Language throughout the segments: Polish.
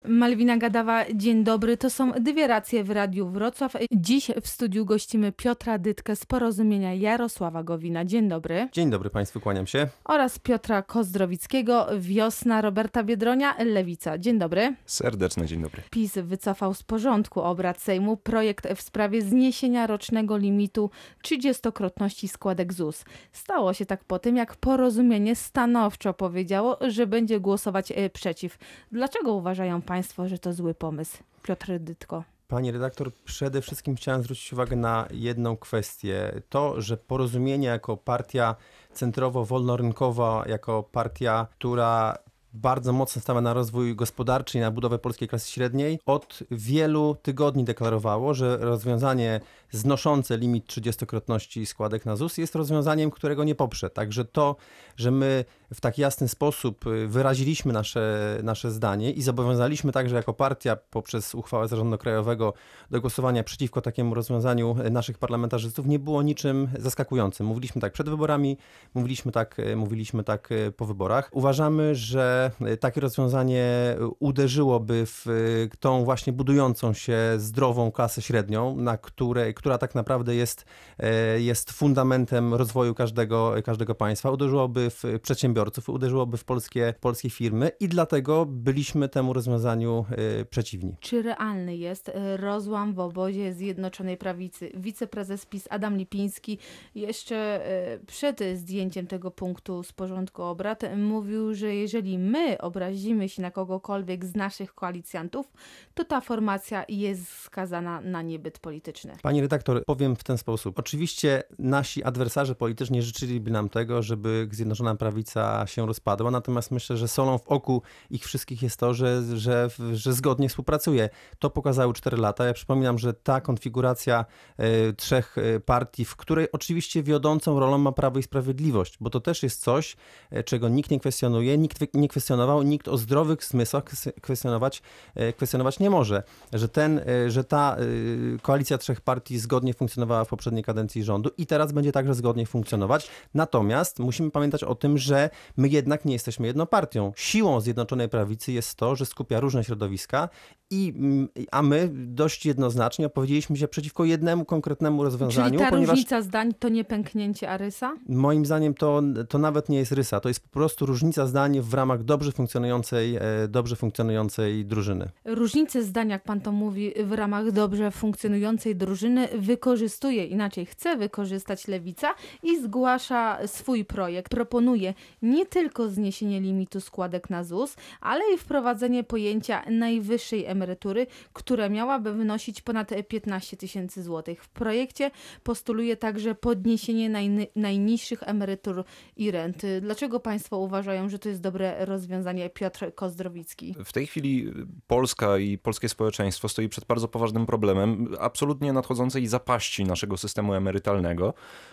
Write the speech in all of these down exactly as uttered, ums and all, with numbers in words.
Malwina Gadawa, dzień dobry. To są dwie racje w Radiu Wrocław. Dziś w studiu gościmy Piotra Dytkę z Porozumienia Jarosława Gowina. Dzień dobry. Dzień dobry Państwu, kłaniam się. Oraz Piotra Kozdrowickiego, Wiosna Roberta Biedronia, Lewica. Dzień dobry. Serdeczny dzień dobry. PiS wycofał z porządku obrad Sejmu projekt w sprawie zniesienia rocznego limitu trzydziestokrotności składek Z U S. Stało się tak po tym, jak Porozumienie stanowczo powiedziało, że będzie głosować przeciw. Dlaczego uważają Państwo, że to zły pomysł? Piotr Dytko. Pani redaktor, przede wszystkim chciałem zwrócić uwagę na jedną kwestię. To, że Porozumienie jako partia centrowo-wolnorynkowa, jako partia, która bardzo mocno stawia na rozwój gospodarczy i na budowę polskiej klasy średniej, od wielu tygodni deklarowało, że rozwiązanie znoszące limit trzydziestokrotności składek na Z U S jest rozwiązaniem, którego nie poprze. Także to, że my w tak jasny sposób wyraziliśmy nasze, nasze zdanie i zobowiązaliśmy także jako partia poprzez uchwałę Zarządu Krajowego do głosowania przeciwko takiemu rozwiązaniu naszych parlamentarzystów, nie było niczym zaskakującym. Mówiliśmy tak przed wyborami, mówiliśmy tak, mówiliśmy tak po wyborach. Uważamy, że takie rozwiązanie uderzyłoby w tą właśnie budującą się zdrową klasę średnią, na której, która tak naprawdę jest, jest fundamentem rozwoju każdego, każdego państwa. Uderzyłoby w przedsiębiorców, uderzyłoby w polskie, polskie firmy i dlatego byliśmy temu rozwiązaniu przeciwni. Czy realny jest rozłam w obozie Zjednoczonej Prawicy? Wiceprezes PiS Adam Lipiński jeszcze przed zdjęciem tego punktu z porządku obrad mówił, że jeżeli my obrazimy się na kogokolwiek z naszych koalicjantów, to ta formacja jest skazana na niebyt polityczny. Pani redaktor, powiem w ten sposób. Oczywiście nasi adwersarze polityczni życzyliby nam tego, żeby Zjednoczona Prawica się rozpadła, natomiast myślę, że solą w oku ich wszystkich jest to, że, że, że zgodnie współpracuje. To pokazały cztery lata. Ja przypominam, że ta konfiguracja y, trzech y, partii, w której oczywiście wiodącą rolą ma Prawo i Sprawiedliwość, bo to też jest coś, y, czego nikt nie kwestionuje, nikt nie kwestionował, nikt o zdrowych zmysłach kwestionować, y, kwestionować nie może. Że, ten, y, że ta y, koalicja trzech partii zgodnie funkcjonowała w poprzedniej kadencji rządu i teraz będzie także zgodnie funkcjonować. Natomiast musimy pamiętać o tym, że my jednak nie jesteśmy jedną partią. Siłą Zjednoczonej Prawicy jest to, że skupia różne środowiska, i, a my dość jednoznacznie opowiedzieliśmy się przeciwko jednemu konkretnemu rozwiązaniu. Czyli ta ponieważ różnica zdań to nie pęknięcie Arysa? Moim zdaniem to, to nawet nie jest rysa. To jest po prostu różnica zdań w ramach dobrze funkcjonującej, dobrze funkcjonującej drużyny. Różnice zdań, jak pan to mówi, w ramach dobrze funkcjonującej drużyny wykorzystuje, inaczej chce wykorzystać Lewica i zgłasza swój projekt. Proponuje nie tylko zniesienie limitu składek na Z U S, ale i wprowadzenie pojęcia najwyższej emerytury, która miałaby wynosić ponad piętnaście tysięcy złotych. W projekcie postuluje także podniesienie najny- najniższych emerytur i rent. Dlaczego państwo uważają, że to jest dobre rozwiązanie? Piotr Kozdrowicki. W tej chwili Polska i polskie społeczeństwo stoi przed bardzo poważnym problemem absolutnie nadchodzącej zapaści naszego systemu emerytalnego.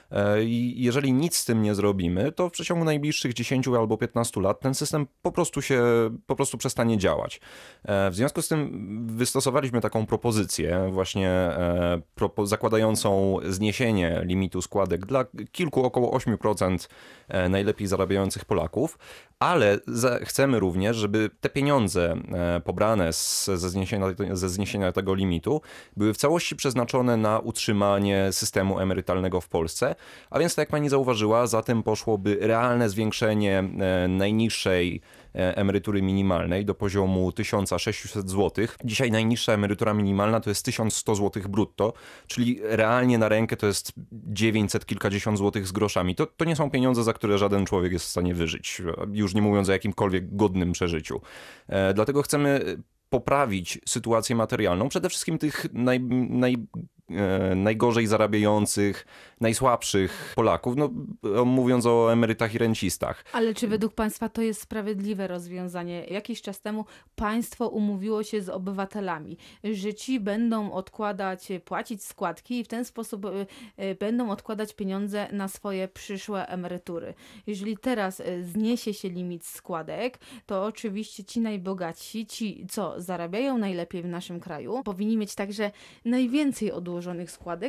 I jeżeli nic z tym nie zrobimy, to w przeciągu najbliższych dziesięciu albo piętnastu lat ten system po prostu się, po prostu przestanie działać. W związku z tym wystosowaliśmy taką propozycję właśnie propo- zakładającą zniesienie limitu składek dla kilku, około ośmiu procent najlepiej zarabiających Polaków, ale za, chcemy również, żeby te pieniądze pobrane z, ze, zniesienia, ze zniesienia tego limitu były w całości przeznaczone na utrzymanie systemu emerytalnego w Polsce, a więc tak jak pani zauważyła, za tym poszłoby realne zwiększenie najniższej emerytury minimalnej do poziomu tysiąc sześćset złotych. Dzisiaj najniższa emerytura minimalna to jest tysiąc sto złotych brutto, czyli realnie na rękę to jest dziewięćset kilkadziesiąt złotych z groszami. To, to nie są pieniądze, za które żaden człowiek jest w stanie wyżyć, już nie mówiąc o jakimkolwiek godnym przeżyciu. E, dlatego chcemy poprawić sytuację materialną, przede wszystkim tych naj, naj, e, najgorzej zarabiających, najsłabszych Polaków, no, mówiąc o emerytach i rencistach. Ale czy według państwa to jest sprawiedliwe rozwiązanie? Jakiś czas temu państwo umówiło się z obywatelami, że ci będą odkładać, płacić składki i w ten sposób y, y, będą odkładać pieniądze na swoje przyszłe emerytury. Jeżeli teraz y, zniesie się limit składek, to oczywiście ci najbogatsi, ci co zarabiają najlepiej w naszym kraju, powinni mieć także najwięcej odłożonych składek i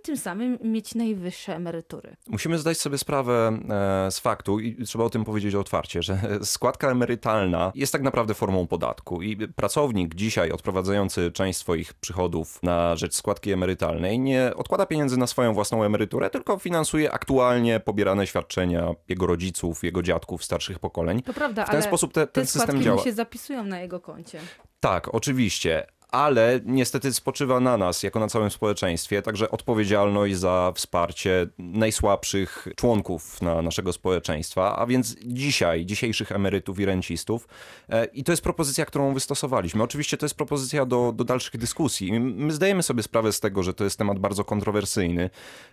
tym samym mieć najwyższe emerytury. Musimy zdać sobie sprawę e, z faktu i trzeba o tym powiedzieć otwarcie, że składka emerytalna jest tak naprawdę formą podatku i pracownik dzisiaj odprowadzający część swoich przychodów na rzecz składki emerytalnej nie odkłada pieniędzy na swoją własną emeryturę, tylko finansuje aktualnie pobierane świadczenia jego rodziców, jego dziadków, starszych pokoleń. To prawda, w ten ale sposób te, ten te system składki działa. mu się zapisują na jego koncie. Tak, oczywiście. Ale niestety spoczywa na nas, jako na całym społeczeństwie, także odpowiedzialność za wsparcie najsłabszych członków na naszego społeczeństwa, a więc dzisiaj, dzisiejszych emerytów i rencistów. I to jest propozycja, którą wystosowaliśmy. Oczywiście to jest propozycja do, do dalszych dyskusji. My zdajemy sobie sprawę z tego, że to jest temat bardzo kontrowersyjny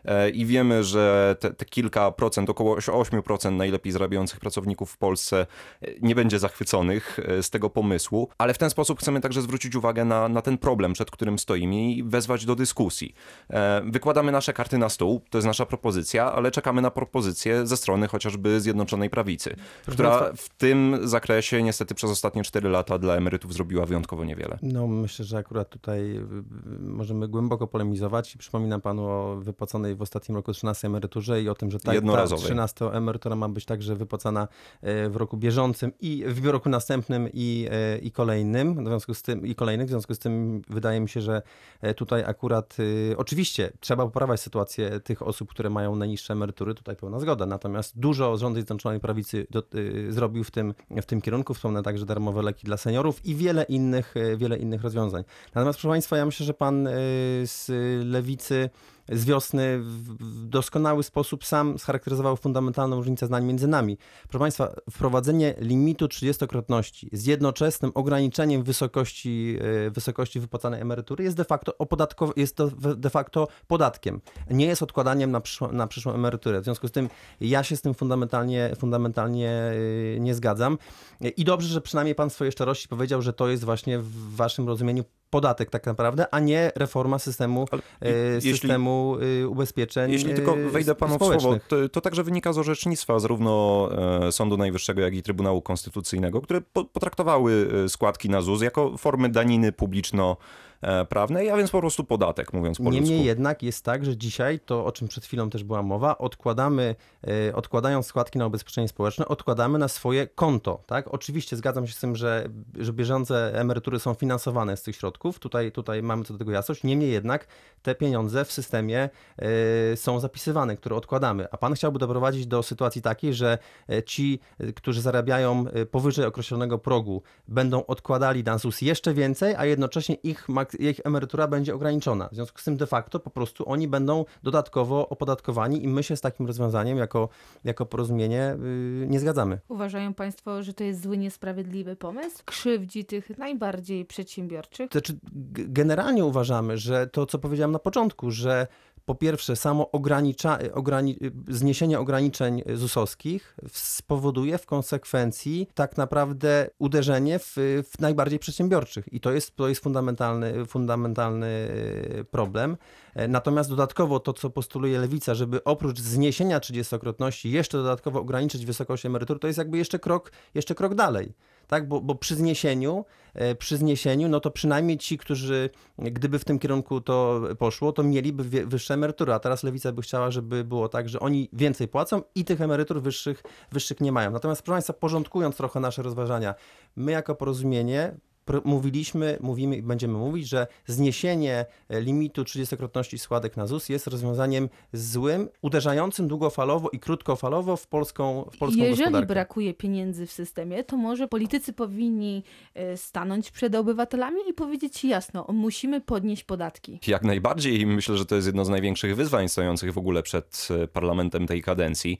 i wiemy, że te, te kilka procent, około osiem procent najlepiej zarabiających pracowników w Polsce nie będzie zachwyconych z tego pomysłu, ale w ten sposób chcemy także zwrócić uwagę na na ten problem, przed którym stoimy i wezwać do dyskusji. Wykładamy nasze karty na stół, to jest nasza propozycja, ale czekamy na propozycję ze strony chociażby Zjednoczonej Prawicy, która w tym zakresie niestety przez ostatnie cztery lata dla emerytów zrobiła wyjątkowo niewiele. No myślę, że akurat tutaj możemy głęboko polemizować. Przypominam panu o wypłaconej w ostatnim roku trzynastej emeryturze i o tym, że ta, ta trzynasta emerytura ma być także wypłacana w roku bieżącym i w roku następnym i, i kolejnym, w związku z tym i kolejnych, w związku z tym wydaje mi się, że tutaj akurat y, oczywiście trzeba poprawiać sytuację tych osób, które mają najniższe emerytury, tutaj pełna zgoda, natomiast dużo rząd Zjednoczonej Prawicy do, y, zrobił w tym, w tym kierunku, wspomnę także darmowe leki dla seniorów i wiele innych, y, wiele innych rozwiązań. Natomiast proszę państwa, ja myślę, że pan y, z Lewicy z wiosny w doskonały sposób sam scharakteryzował fundamentalną różnicę zdań między nami. Proszę państwa, wprowadzenie limitu trzydziestokrotności z jednoczesnym ograniczeniem wysokości, wysokości wypłacanej emerytury jest de facto, opodatkow- jest to de facto podatkiem. Nie jest odkładaniem na przyszłą, na przyszłą emeryturę. W związku z tym ja się z tym fundamentalnie, fundamentalnie nie zgadzam. I dobrze, że przynajmniej pan w swojej szczerości powiedział, że to jest właśnie w waszym rozumieniu podatek tak naprawdę, a nie reforma systemu, e, systemu jeśli, ubezpieczeń Jeśli tylko wejdę panu w słowo, to, to także wynika z orzecznictwa zarówno Sądu Najwyższego, jak i Trybunału Konstytucyjnego, które po, potraktowały składki na Z U S jako formy daniny publiczno prawnej, a więc po prostu podatek, mówiąc po ludzku. Niemniej jednak jest tak, że dzisiaj, to o czym przed chwilą też była mowa, odkładamy, odkładając składki na ubezpieczenie społeczne, odkładamy na swoje konto. Tak? Oczywiście zgadzam się z tym, że, że bieżące emerytury są finansowane z tych środków. Tutaj, tutaj mamy co do tego jasność. Niemniej jednak te pieniądze w systemie y, są zapisywane, które odkładamy. A pan chciałby doprowadzić do sytuacji takiej, że ci, którzy zarabiają powyżej określonego progu, będą odkładali na Z U S jeszcze więcej, a jednocześnie ich mak- ich emerytura będzie ograniczona. W związku z tym de facto po prostu oni będą dodatkowo opodatkowani i my się z takim rozwiązaniem jako, jako porozumienie yy, nie zgadzamy. Uważają państwo, że to jest zły, niesprawiedliwy pomysł? Krzywdzi tych najbardziej przedsiębiorczych? Znaczy, generalnie uważamy, że to, co powiedziałem na początku, że po pierwsze, samo ogranicza, ograni, zniesienie ograniczeń Z U S-owskich spowoduje w konsekwencji tak naprawdę uderzenie w, w najbardziej przedsiębiorczych. I to jest, to jest fundamentalny, fundamentalny problem. Natomiast dodatkowo to, co postuluje Lewica, żeby oprócz zniesienia trzydziestokrotności jeszcze dodatkowo ograniczyć wysokość emerytury, to jest jakby jeszcze krok, jeszcze krok dalej. Tak, bo, bo przy zniesieniu, przy zniesieniu, no to przynajmniej ci, którzy gdyby w tym kierunku to poszło, to mieliby wyższe emerytury, a teraz Lewica by chciała, żeby było tak, że oni więcej płacą i tych emerytur wyższych, wyższych nie mają. Natomiast proszę państwa, porządkując trochę nasze rozważania, my jako Porozumienie mówiliśmy, mówimy i będziemy mówić, że zniesienie limitu trzydziestokrotności składek na Z U S jest rozwiązaniem złym, uderzającym długofalowo i krótkofalowo w polską, w polską Jeżeli gospodarkę. brakuje pieniędzy w systemie, to może politycy powinni stanąć przed obywatelami i powiedzieć jasno, musimy podnieść podatki. Jak najbardziej i myślę, że to jest jedno z największych wyzwań stojących w ogóle przed parlamentem tej kadencji.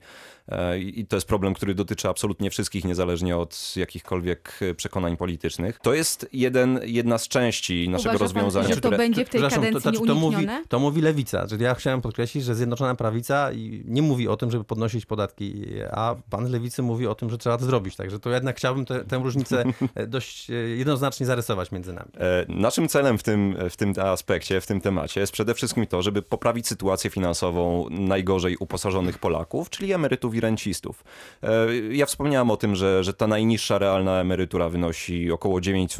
I to jest problem, który dotyczy absolutnie wszystkich, niezależnie od jakichkolwiek przekonań politycznych. To jest jeden, jedna z części naszego Uważa rozwiązania. Pan, że to które... będzie w tej kadencji to, to, to, mówi, nieuniknione? to mówi Lewica. Czyli ja chciałem podkreślić, że Zjednoczona Prawica nie mówi o tym, żeby podnosić podatki, a pan z Lewicy mówi o tym, że trzeba to zrobić. Także to jednak chciałbym te, tę różnicę dość jednoznacznie zarysować między nami. Naszym celem w tym, w tym aspekcie, w tym temacie jest przede wszystkim to, żeby poprawić sytuację finansową najgorzej uposażonych Polaków, czyli emerytów i rencistów. Ja wspomniałem o tym, że, że ta najniższa realna emerytura wynosi około dziewięćset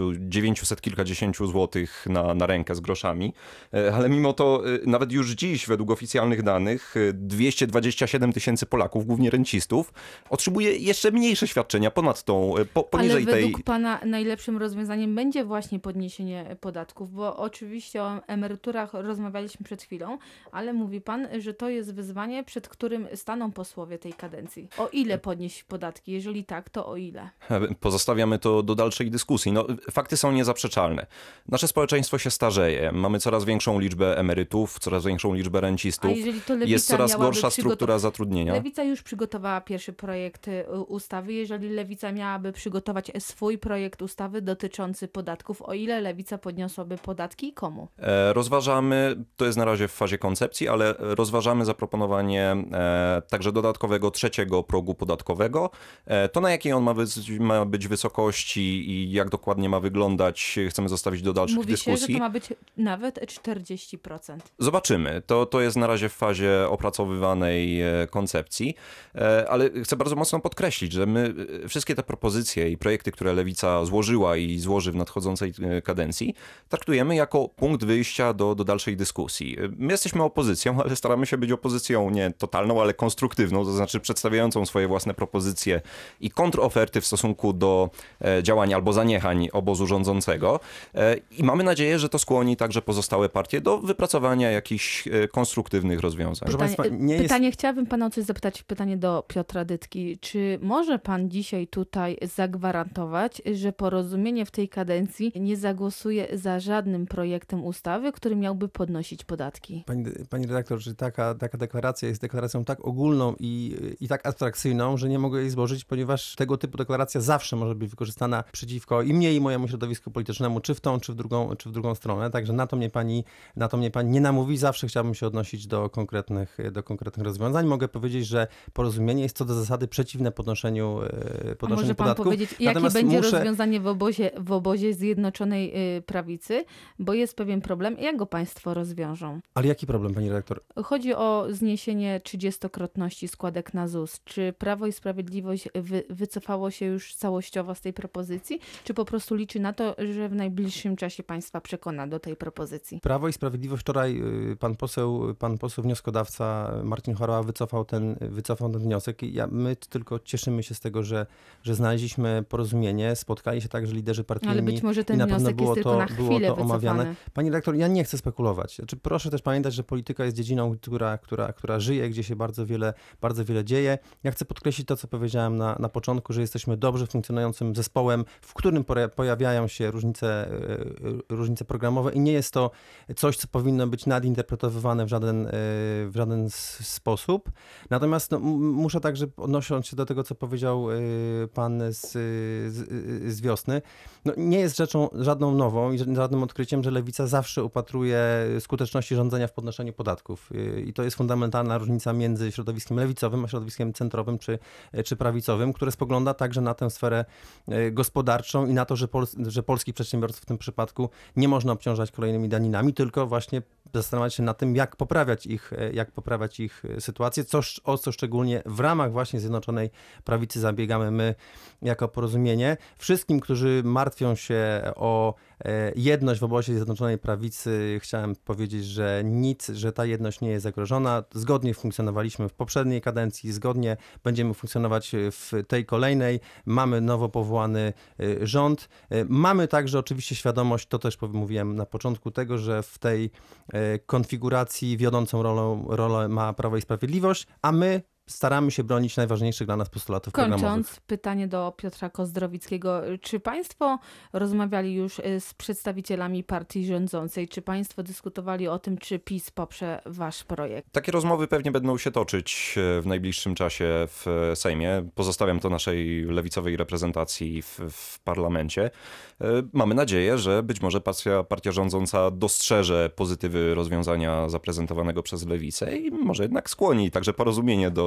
dziewięćset kilkadziesięciu złotych na, na rękę z groszami, ale mimo to nawet już dziś według oficjalnych danych dwieście dwadzieścia siedem tysięcy Polaków, głównie rencistów, otrzymuje jeszcze mniejsze świadczenia ponad tą, po, poniżej Ale według tej... pana najlepszym rozwiązaniem będzie właśnie podniesienie podatków, bo oczywiście o emeryturach rozmawialiśmy przed chwilą, ale mówi pan, że to jest wyzwanie, przed którym staną posłowie tej kadencji. O ile podnieść podatki? Jeżeli tak, to o ile? Pozostawiamy to do dalszej dyskusji. No, fakty są niezaprzeczalne. Nasze społeczeństwo się starzeje. Mamy coraz większą liczbę emerytów, coraz większą liczbę rencistów. A jeżeli to Lewica jest coraz miałaby gorsza przygotow- struktura zatrudnienia. Lewica już przygotowała pierwszy projekt y, ustawy. Jeżeli Lewica miałaby przygotować swój projekt ustawy dotyczący podatków, o ile Lewica podniosłaby podatki i komu? E, rozważamy, to jest na razie w fazie koncepcji, ale rozważamy zaproponowanie e, także dodatkowego trzeciego progu podatkowego. E, to na jakiej on ma być, ma być wysokości i jak dokładnie ma wyglądać, chcemy zostawić do dalszych Mówi dyskusji. się, że to ma być nawet czterdzieści procent. Zobaczymy. To, to jest na razie w fazie opracowywanej e, koncepcji, e, ale chcę bardzo mocno podkreślić, że my e, wszystkie te propozycje i projekty, które Lewica złożyła i złoży w nadchodzącej e, kadencji, traktujemy jako punkt wyjścia do, do dalszej dyskusji. E, My jesteśmy opozycją, ale staramy się być opozycją nie totalną, ale konstruktywną, to znaczy przedstawiającą swoje własne propozycje i kontroferty w stosunku do e, działań albo zaniechań obozu rządzącego. E, I mamy nadzieję, że to skłoni także pozostałe partie do wypracowania jakichś e, konstruktywnych rozwiązań. Proszę Pytanie, państwa, nie jest- pytanie chciałabym pana o coś zapytać, pytanie do Piotra Dytki. Czy może pan dzisiaj tutaj zagwarantować, że Porozumienie w tej kadencji nie zagłosuje za żadnym projektem ustawy, który miałby podnosić podatki? Pani, pani redaktor, że taka, taka deklaracja jest deklaracją tak ogólną i, i tak abstrakcyjną, że nie mogę jej złożyć, ponieważ tego typu deklaracja zawsze może być wykorzystana przeciwko i mnie, i mojemu środowisku politycznemu, czy w tą, czy w drugą, czy w drugą stronę. Także na to mnie pani, na to mnie pani nie namówi. Zawsze chciałbym się odnosić do konkretnych, do konkretnych rozwiązań. Mogę powiedzieć, że porozumienie jest co do zasady przeciwne podnoszeniu, e, A podnoszeniu może pan podatków. powiedzieć, jakie Natomiast będzie muszę- rozwiązanie w obozie, w obozie Zjednoczonej y, Prawicy, bo jest pewien problem. Jak go państwo rozwiążą? Ale jaki problem, pani redaktor? Chodzi o zniesienie trzydziestokrotności składek na ZUS. Czy Prawo i Sprawiedliwość wy, wycofało się już całościowo z tej propozycji, czy po prostu liczy na to, że w najbliższym czasie państwa przekona do tej propozycji? Prawo i Sprawiedliwość wczoraj y, pan poseł, pan poseł wnioskodawca Marcin Horała wycofał ten, wycofał ten wniosek. I ja, my tylko cieszymy się z tego, że, że znaleźliśmy porozumienie. Spotkali się także liderzy partyjni. Ale być może ten i na pewno wniosek było jest tylko to, na było chwilę to omawiane. wycofany. Pani redaktor, ja nie chcę spekulować. Znaczy, proszę też pamiętać, że polityka jest dziedziną, która, która, która żyje, gdzie się bardzo wiele, bardzo wiele dzieje. Ja chcę podkreślić to, co powiedziałem na, na początku, że jesteśmy dobrze funkcjonującym zespołem, w którym pora- pojawiają się różnice, y, różnice programowe i nie jest to coś, co powinno być nadinterpretowywane w żaden, y, w żaden s- sposób. Natomiast no, m- muszę także odnosząc się do tego, co powiedział y, pan z, z, z wiosny, no, nie jest rzeczą żadną nową i żadnym odkryciem, że Lewica zawsze upatruje skuteczności rządzenia w podnoszeniu podatków. Y, I to jest fundamentalna różnica między środowiskiem lewicowym a środowiskiem centrowym czy, czy prawicowym, które spogląda także na tę sferę y, gospodarczą i na to, że, pol, że polskich przedsiębiorców w tym przypadku nie można obciążać kolejnymi daninami, tylko właśnie zastanawiać się nad tym, jak poprawiać ich, jak poprawiać ich sytuację, co, o co szczególnie w ramach właśnie Zjednoczonej Prawicy zabiegamy my jako Porozumienie. Wszystkim, którzy martwią się o e, jedność w obozie Zjednoczonej Prawicy, chciałem powiedzieć, że nic, że ta jedność nie jest zagrożona. Zgodnie funkcjonowaliśmy w poprzedniej kadencji, zgodnie będziemy funkcjonować w tej kolejnej. Mamy nowo powołany e, rząd. E, Mamy także oczywiście świadomość, to też mówiłem na początku tego, że w tej e, konfiguracji wiodącą rolą, rolę ma Prawo i Sprawiedliwość, a my staramy się bronić najważniejszych dla nas postulatów programowych. Kończąc, pytanie do Piotra Kozdrowickiego. Czy państwo rozmawiali już y, z przedstawicielami partii rządzącej? Czy państwo dyskutowali o tym, czy PiS poprze wasz projekt? Takie rozmowy pewnie będą się toczyć w najbliższym czasie w Sejmie. Pozostawiam to naszej lewicowej reprezentacji w, w parlamencie. Mamy nadzieję, że być może partia, partia rządząca dostrzeże pozytywy rozwiązania zaprezentowanego przez lewicę i może jednak skłoni także Porozumienie do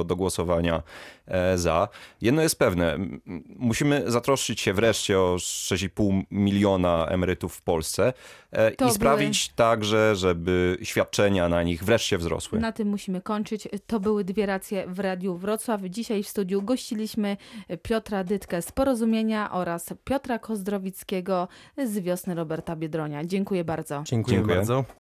do głosowania e, za. Jedno jest pewne, m- musimy zatroszczyć się wreszcie o sześć i pół miliona emerytów w Polsce e, To i były- sprawić także, żeby świadczenia na nich wreszcie wzrosły. Na tym musimy kończyć. To były dwie racje w Radiu Wrocław. Dzisiaj w studiu gościliśmy Piotra Dytkę z Porozumienia oraz Piotra Kozdrowickiego z Wiosny Roberta Biedronia. Dziękuję bardzo. Dziękuję Dziękuję. bardzo.